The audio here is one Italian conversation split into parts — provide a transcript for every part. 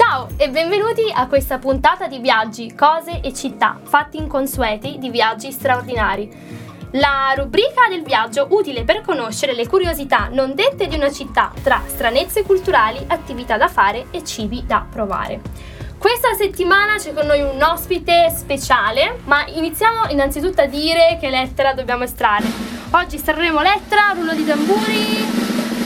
Ciao e benvenuti a questa puntata di viaggi, cose e città, fatti inconsueti di viaggi straordinari. La rubrica del viaggio utile per conoscere le curiosità non dette di una città tra stranezze culturali, attività da fare e cibi da provare. Questa settimana c'è con noi un ospite speciale, ma iniziamo innanzitutto a dire che lettera dobbiamo estrarre. Oggi estrarremo lettera, rullo di tamburi...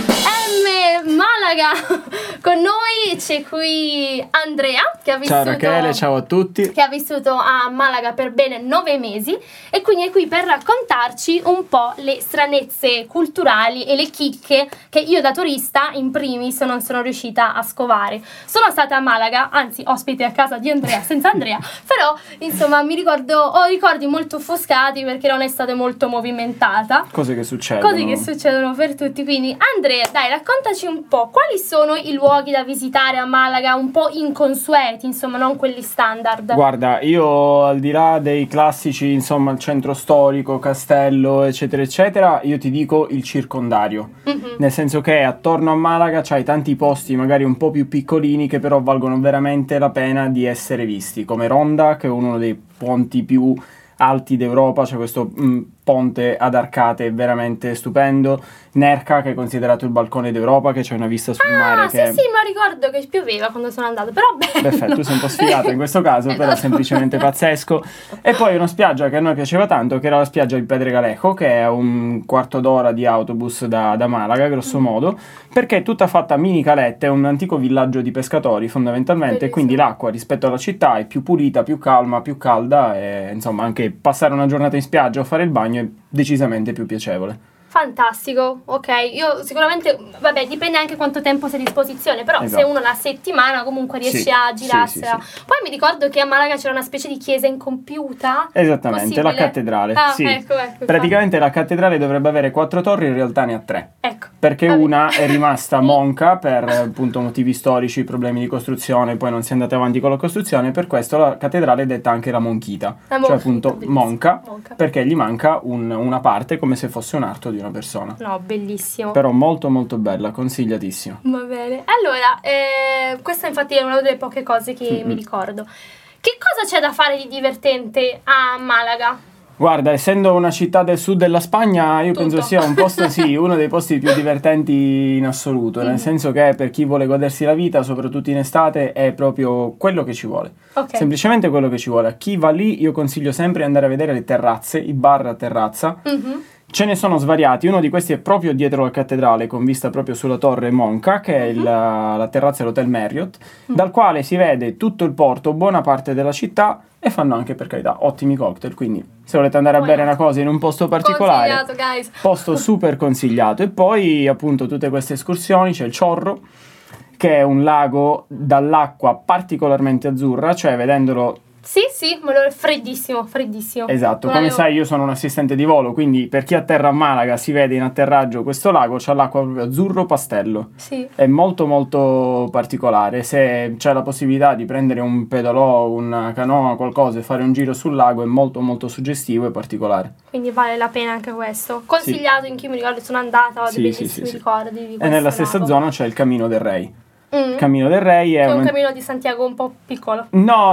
Malaga. Con noi c'è qui Andrea che ha vissuto, ciao Rachele, ciao a tutti, che ha vissuto a Malaga per bene 9 mesi e quindi è qui per raccontarci un po' le stranezze culturali e le chicche che io da turista in primis non sono riuscita a scovare. Sono stata a Malaga, anzi ospite a casa di Andrea senza Andrea, però insomma ho ricordi molto offuscati perché non è stata molto movimentata. Cose che succedono per tutti, quindi Andrea, dai, raccontaci un po' quali sono i luoghi da visitare a Malaga un po' inconsueti, insomma, non quelli standard. Guarda, io al di là dei classici, insomma, il centro storico, castello, eccetera, eccetera, io ti dico il circondario. Nel senso che attorno a Malaga c'hai tanti posti magari un po' più piccolini che però valgono veramente la pena di essere visti, come Ronda, che è uno dei ponti più alti d'Europa, c'è questo ponte ad arcate veramente stupendo. Nerca, che è considerato il balcone d'Europa, che c'è una vista sul mare. Sì, me lo ricordo che pioveva quando sono andato, però beh. Perfetto, tu sei un po' sfigata in questo caso, però semplicemente pazzesco. E poi una spiaggia che a noi piaceva tanto, che era la spiaggia di Pedregalejo, che è un quarto d'ora di autobus da Malaga, grosso modo, perché è tutta fatta a mini calette, è un antico villaggio di pescatori fondamentalmente. Bellissimo. Quindi l'acqua rispetto alla città è più pulita, più calma, più calda e insomma anche passare una giornata in spiaggia o fare il bagno è decisamente più piacevole. Fantastico, ok, io sicuramente, vabbè, dipende anche quanto tempo sei a disposizione, però esatto. Se uno una settimana comunque riesce a girarsela. Sì. Poi mi ricordo che a Malaga c'era una specie di chiesa incompiuta. Esattamente, possibile? La cattedrale. Sì. Ecco, praticamente la cattedrale dovrebbe avere 4 torri, in realtà ne ha 3. Ecco. Perché una è rimasta monca per appunto motivi storici, problemi di costruzione, poi non si è andata avanti con la costruzione, per questo la cattedrale è detta anche la monchita, cioè appunto monca, perché gli manca una parte come se fosse un arto di una persona. No, bellissimo. Però molto molto bella, consigliatissimo. Va bene. Allora, questa infatti è una delle poche cose che mi ricordo. Che cosa c'è da fare di divertente a Malaga? Guarda, essendo una città del sud della Spagna, io penso sia un posto, uno dei posti più divertenti in assoluto, nel senso che per chi vuole godersi la vita, soprattutto in estate, è proprio quello che ci vuole. Okay. Semplicemente quello che ci vuole. A chi va lì, io consiglio sempre di andare a vedere le terrazze, i bar a terrazza. Ce ne sono svariati, uno di questi è proprio dietro la cattedrale, con vista proprio sulla torre Monca, che è la terrazza dell'Hotel Marriott, dal quale si vede tutto il porto, buona parte della città, e fanno anche, per carità, ottimi cocktail. Quindi se volete andare a bere una cosa in un posto particolare, posto super consigliato. E poi appunto tutte queste escursioni, c'è il Chorro, che è un lago dall'acqua particolarmente azzurra, cioè vedendolo... Sì, ma è freddissimo. Esatto, come sai io sono un assistente di volo, quindi per chi atterra a Malaga si vede in atterraggio questo lago, c'ha l'acqua proprio azzurro pastello. Sì. È molto molto particolare, se c'è la possibilità di prendere un pedalò, una canoa, qualcosa e fare un giro sul lago è molto molto suggestivo e particolare. Quindi vale la pena anche questo. Consigliato in chi mi ricordo, sono andata, ho dei bellissimi ricordi di questo. E nella stessa zona c'è il Camino del Rey. Il Camino del Rey è un cammino di Santiago un po' piccolo. No.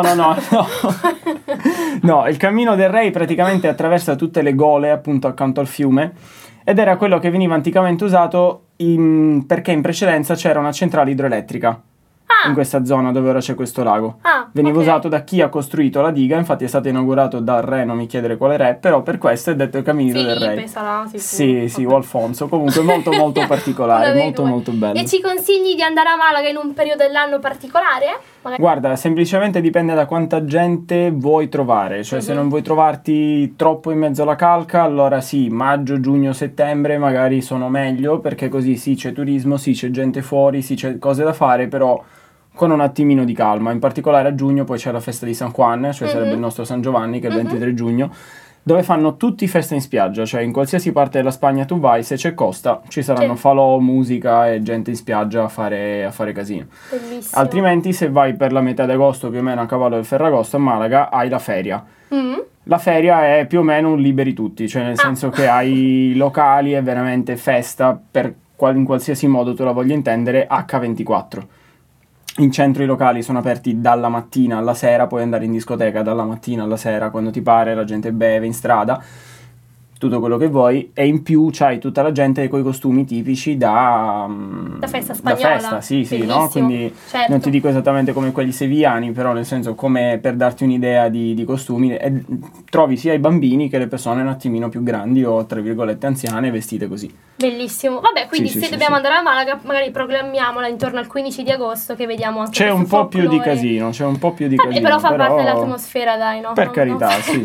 No, il Camino del Rey praticamente attraversa tutte le gole appunto accanto al fiume ed era quello che veniva anticamente usato perché in precedenza c'era una centrale idroelettrica in questa zona dove ora c'è questo lago. Veniva usato da chi ha costruito la diga, infatti è stato inaugurato dal re, non mi chiedere quale re, però per questo è detto il Camino del Re. Sì, o Alfonso, comunque molto molto particolare, molto bello. E ci consigli di andare a Malaga in un periodo dell'anno particolare? Guarda, semplicemente dipende da quanta gente vuoi trovare, cioè se non vuoi trovarti troppo in mezzo alla calca, allora sì, maggio, giugno, settembre magari sono meglio, perché così sì c'è turismo, sì c'è gente fuori, sì c'è cose da fare, però con un attimino di calma. In particolare a giugno poi c'è la festa di San Juan, cioè sarebbe il nostro San Giovanni, che è il 23 giugno, dove fanno tutti festa in spiaggia, cioè in qualsiasi parte della Spagna tu vai, se c'è costa, ci saranno falò, musica e gente in spiaggia a fare casino. Bellissimo. Altrimenti se vai per la metà di agosto, più o meno a cavallo del Ferragosto a Malaga, hai la feria. La feria è più o meno un liberi tutti, cioè nel senso che hai locali, è veramente festa, in qualsiasi modo tu la voglia intendere, H24. In centro i locali sono aperti dalla mattina alla sera, puoi andare in discoteca dalla mattina alla sera quando ti pare, la gente beve in strada, tutto quello che vuoi, e in più c'hai tutta la gente con i costumi tipici da festa spagnola. Da festa, sì, Bellissimo, no? Quindi certo. non ti dico esattamente come quelli sevillani, però nel senso, come per darti un'idea di costumi, trovi sia i bambini che le persone un attimino più grandi o tra virgolette anziane vestite così. Bellissimo. Vabbè, quindi Sì, se sì, dobbiamo sì. andare a Malaga, magari programmiamola intorno al 15 di agosto, che vediamo anche C'è un questo po' più di folklore. casino, Vabbè, però fa parte dell'atmosfera, dai, no? Per carità, sì.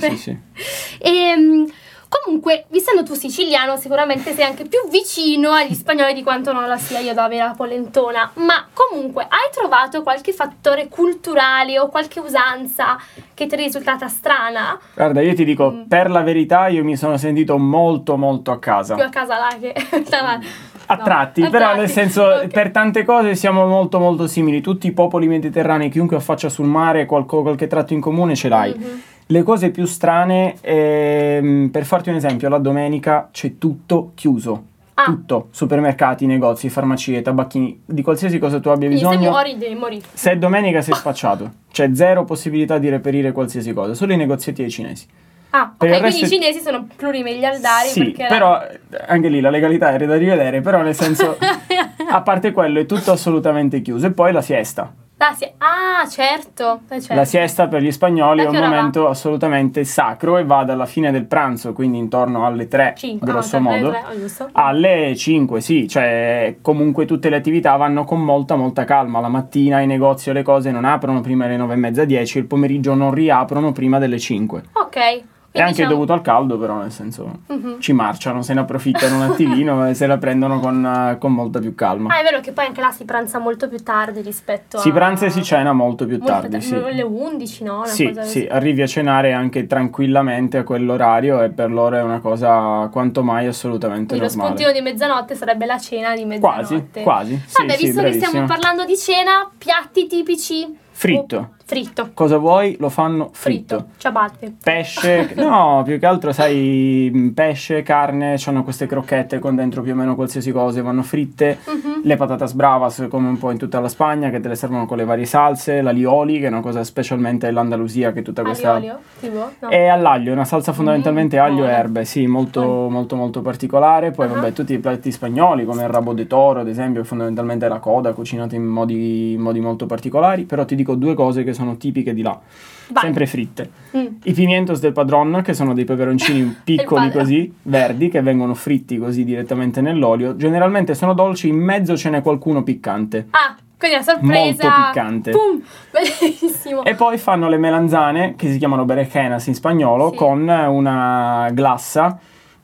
Comunque, essendo tu siciliano, sicuramente sei anche più vicino agli spagnoli di quanto non la sia io da vera polentona. Ma comunque, hai trovato qualche fattore culturale o qualche usanza che ti è risultata strana? Guarda, io ti dico, per la verità, io mi sono sentito molto molto a casa. Più a casa là che... A tratti, però nel senso, okay. Per tante cose siamo molto molto simili. Tutti i popoli mediterranei, chiunque affaccia sul mare, qualche tratto in comune ce l'hai. Mm-hmm. Le cose più strane, per farti un esempio, la domenica c'è tutto chiuso. Tutto, supermercati, negozi, farmacie, tabacchini, di qualsiasi cosa tu abbia bisogno. Se muori, devi morire. Se è domenica sei spacciato. C'è zero possibilità di reperire qualsiasi cosa, solo i negozietti dei cinesi. Ok, quindi i cinesi sono plurimiliardari. Sì, perché però anche lì la legalità è da rivedere, però nel senso, a parte quello è tutto assolutamente chiuso. E poi la siesta. Certo. La siesta per gli spagnoli è un ora momento assolutamente sacro e va dalla fine del pranzo, quindi intorno alle 3, grosso modo, alle 5, sì, cioè comunque tutte le attività vanno con molta molta calma. La mattina i negozi o le cose non aprono prima delle 9:30, 10, il pomeriggio non riaprono prima delle 5. Ok. È anche dovuto al caldo, però, nel senso, ci marciano, se ne approfittano un attimino e se la prendono con molta più calma. È vero che poi anche là si pranza molto più tardi rispetto Si pranza e si cena molto più tardi, sì. Alle 11, no? Sì, arrivi a cenare anche tranquillamente a quell'orario e per loro è una cosa quanto mai assolutamente quindi normale. Lo spuntino di mezzanotte sarebbe la cena di mezzanotte. Quasi. Vabbè, visto che stiamo parlando di cena, piatti tipici... Fritto. Cosa vuoi? Lo fanno fritto. Ciabatte. Pesce, no, più che altro sai, pesce, carne, c'hanno queste crocchette con dentro più o meno qualsiasi cosa, vanno fritte. Le patatas bravas, come un po' in tutta la Spagna, che te le servono con le varie salse, l'alioli, che è una cosa specialmente dell'Andalusia, che è tutta questa... Aliolio? Tipo? No. È all'aglio, una salsa fondamentalmente aglio e erbe, sì, molto particolare. Poi vabbè, tutti i piatti spagnoli, come il rabo de toro, ad esempio, fondamentalmente la coda, cucinata in modi molto particolari. Però ti dico due cose che sono tipiche di là, sempre fritte. I pimientos del padron, che sono dei peperoncini piccoli così, verdi, che vengono fritti così direttamente nell'olio. Generalmente sono dolci, in mezzo ce n'è qualcuno piccante. Quindi la sorpresa. Molto piccante. Pum! Bellissimo. E poi fanno le melanzane, che si chiamano berenjenas in spagnolo, sì, con una glassa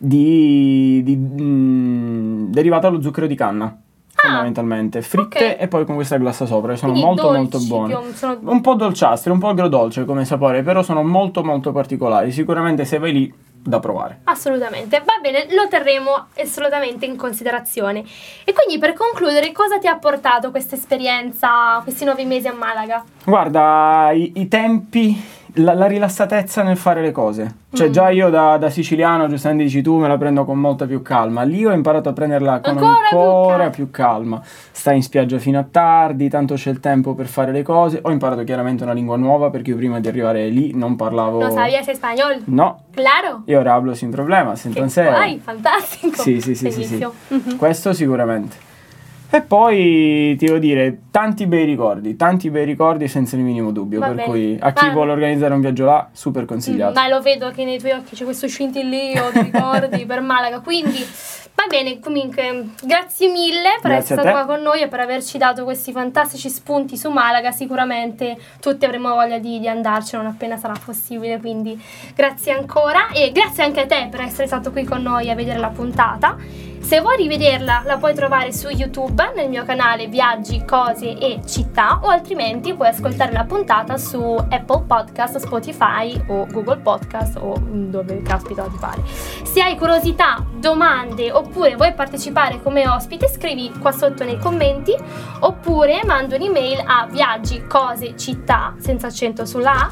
derivata dallo zucchero di canna. Fondamentalmente fritte, e poi con questa glassa sopra, che sono molto buone. Un po' dolciastre, un po' agrodolce come sapore, però sono molto particolari. Sicuramente se vai lì, da provare. Assolutamente, va bene, lo terremo assolutamente in considerazione. E quindi, per concludere, cosa ti ha portato questa esperienza, questi 9 mesi a Malaga? Guarda, i tempi, la rilassatezza nel fare le cose. Cioè già io da siciliano, giustamente dici tu, me la prendo con molta più calma. Lì ho imparato a prenderla con ancora più calma. Stai in spiaggia fino a tardi, tanto c'è il tempo per fare le cose. Ho imparato chiaramente una lingua nuova, perché io prima di arrivare lì non parlavo... ¿No sabías español? No. Claro. Io ora hablo sin problemas, entonces... fantastico. Sì. Questo sicuramente. E poi ti devo dire, tanti bei ricordi senza il minimo dubbio. Per cui a chi vuole organizzare un viaggio là, super consigliato. Ma lo vedo che nei tuoi occhi c'è questo scintillio di ricordi per Malaga, quindi va bene. Comunque grazie mille per essere stato qua con noi e per averci dato questi fantastici spunti su Malaga. Sicuramente tutti avremo voglia di andarci non appena sarà possibile, quindi grazie ancora, e grazie anche a te per essere stato qui con noi a vedere la puntata. Se vuoi rivederla, la puoi trovare su YouTube nel mio canale Viaggi, Cose e Città, o altrimenti puoi ascoltare la puntata su Apple Podcast, Spotify o Google Podcast, o dove caspita ti pare. Se hai curiosità, domande, oppure vuoi partecipare come ospite, scrivi qua sotto nei commenti, oppure manda un'email a viaggicosecittà senza accento sulla A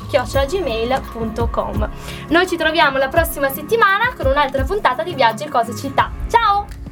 @gmail.com. Noi ci troviamo la prossima settimana con un'altra puntata di Viaggi, Cose e Città. Ciao!